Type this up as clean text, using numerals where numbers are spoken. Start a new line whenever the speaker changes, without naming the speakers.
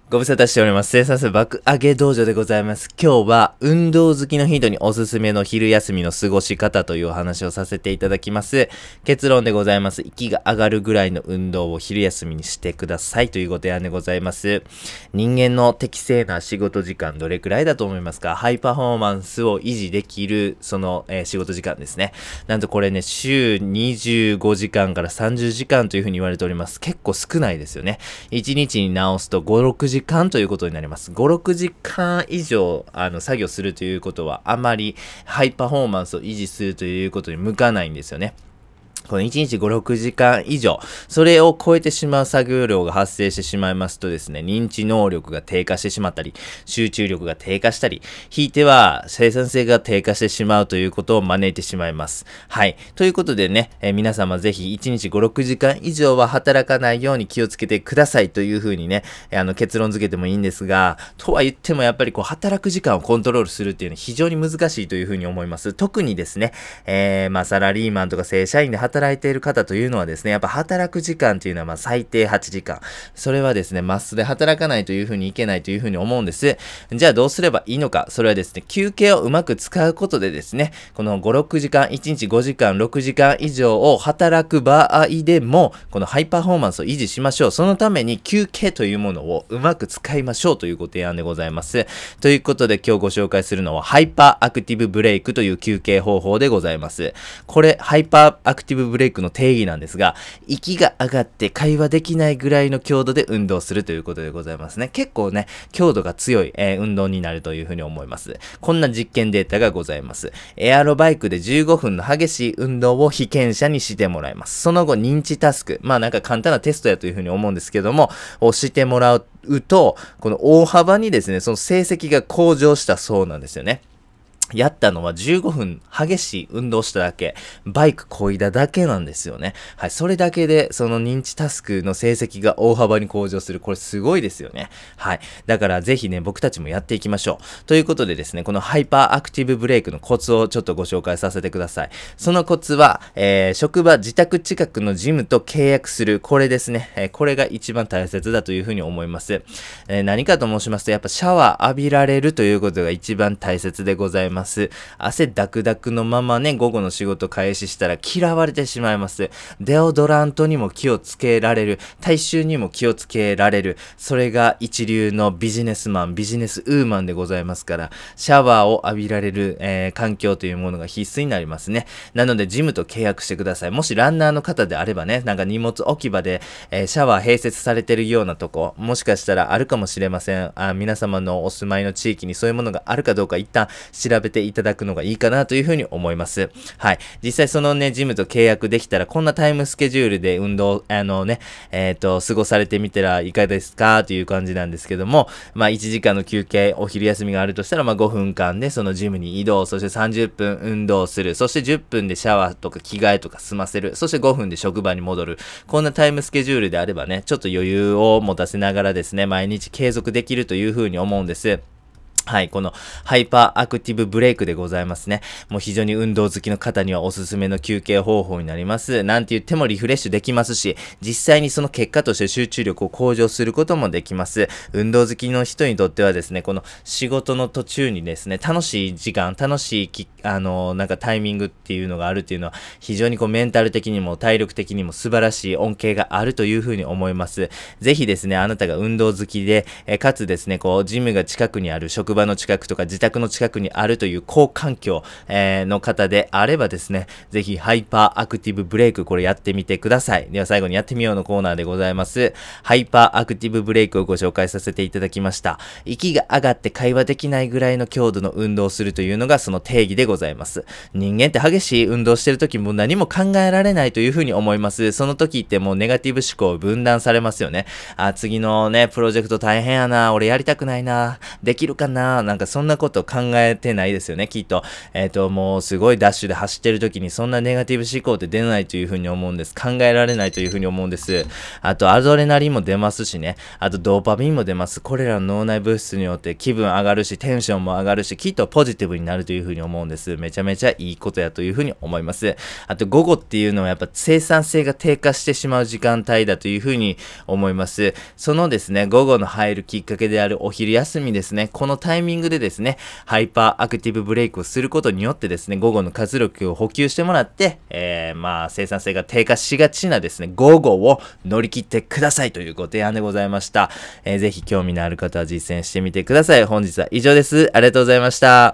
ご無沙汰しております。生産性爆上げ道場でございます。今日は運動好きの人におすすめの昼休みの過ごし方というお話をさせていただきます。結論でございます。息が上がるぐらいの運動を昼休みにしてくださいというご提案でございます。人間の適正な仕事時間どれくらいだと思いますか？ハイパフォーマンスを維持できるその、仕事時間ですね。なんとこれね、週25時間から30時間というふうに言われております。結構少ないですよね。1日に直すと5、6時間ということになります。5、6時間以上作業するということはあまりハイパフォーマンスを維持するということに向かないんですよね。この1日5、6時間以上、それを超えてしまう作業量が発生してしまいますとですね、認知能力が低下してしまったり、集中力が低下したり、ひいては生産性が低下してしまうということを招いてしまいます。はい。ということでね、皆様ぜひ1日5、6時間以上は働かないように気をつけてくださいというふうにね、結論付けてもいいんですが、とは言ってもやっぱり働く時間をコントロールするっていうのは非常に難しいというふうに思います。特にですね、サラリーマンとか正社員で働いている方というのはですね、やっぱ働く時間というのは最低8時間。それはですね、マストで働かないというふうにいけないというふうに思うんです。じゃあどうすればいいのか。それはですね、休憩をうまく使うことでですね、この5、6時間、1日5時間、6時間以上を働く場合でも、このハイパフォーマンスを維持しましょう。そのために休憩というものをうまく使いましょうというご提案でございます。ということで今日ご紹介するのは、ハイパーアクティブブレイクという休憩方法でございます。これ、ハイパーアクティブブレイクの定義なんですが、息が上がって会話できないぐらいの強度で運動するということでございますね。結構ね、強度が強い、運動になるというふうに思います。こんな実験データがございます。エアロバイクで15分の激しい運動を被験者にしてもらいます。その後、認知タスク、なんか簡単なテストやというふうに思うんですけども、をしてもらうと、この大幅にですね、その成績が向上したそうなんですよね。やったのは15分激しい運動しただけ、バイク漕いだだけなんですよね。はい、それだけでその認知タスクの成績が大幅に向上する。これすごいですよね。はい。だからぜひね、僕たちもやっていきましょう。ということでですね、このハイパーアクティブブレイクのコツをちょっとご紹介させてください。そのコツは、職場、自宅近くのジムと契約する。これですね。これが一番大切だというふうに思います。何かと申しますと、やっぱシャワー浴びられるということが一番大切でございます。汗ダクダクのままね、午後の仕事開始したら嫌われてしまいます。デオドラントにも気をつけられる。体臭にも気をつけられる。それが一流のビジネスマン、ビジネスウーマンでございますから、シャワーを浴びられる、環境というものが必須になりますね。なので、ジムと契約してください。もしランナーの方であればね、なんか荷物置き場で、シャワー併設されてるようなとこ、もしかしたらあるかもしれません。皆様のお住まいの地域にそういうものがあるかどうか一旦調べていただくのがいいかなというふうに思います。はい。実際そのね、ジムと契約できたら、こんなタイムスケジュールで運動、過ごされてみたらいかがですかという感じなんですけども、1時間の休憩、お昼休みがあるとしたら、5分間でそのジムに移動、そして30分運動する、そして10分でシャワーとか着替えとか済ませる、そして5分で職場に戻る。こんなタイムスケジュールであればね、ちょっと余裕を持たせながらですね、毎日継続できるというふうに思うんです。はい、このハイパーアクティブブレイクでございますね。もう非常に運動好きの方にはおすすめの休憩方法になります。なんて言ってもリフレッシュできますし、実際にその結果として集中力を向上することもできます。運動好きの人にとってはですね、この仕事の途中にですね、楽しい時間、楽しいなんかタイミングっていうのがあるっていうのは、非常にメンタル的にも体力的にも素晴らしい恩恵があるというふうに思います。ぜひですね、あなたが運動好きで、かつですね、ジムが近くにある職場の近くとか自宅の近くにあるという好環境、の方であればですね、ぜひハイパーアクティブブレイクこれやってみてください。では最後にやってみようのコーナーでございます。ハイパーアクティブブレイクをご紹介させていただきました。息が上がって会話できないぐらいの強度の運動をするというのがその定義でございます。人間って激しい運動してる時も何も考えられないというふうに思います。その時ってもうネガティブ思考分断されますよね。次のね、プロジェクト大変やな、俺やりたくないな、できるかなな。なんかそんなこと考えてないですよね、きっと。もうすごいダッシュで走ってる時にそんなネガティブ思考って出ないというふうに思うんです。考えられないというふうに思うんです。あと、アドレナリンも出ますしね。あと、ドーパミンも出ます。これらの脳内物質によって気分上がるし、テンションも上がるし、きっとポジティブになるというふうに思うんです。めちゃめちゃいいことやというふうに思います。あと、午後っていうのはやっぱ生産性が低下してしまう時間帯だというふうに思います。そのですね、午後の入るきっかけであるお昼休みですね。このタイミングでですね、ハイパーアクティブブレイクをすることによってですね、午後の活力を補給してもらって、生産性が低下しがちなですね、午後を乗り切ってくださいというご提案でございました。ぜひ興味のある方は実践してみてください。本日は以上です。ありがとうございました。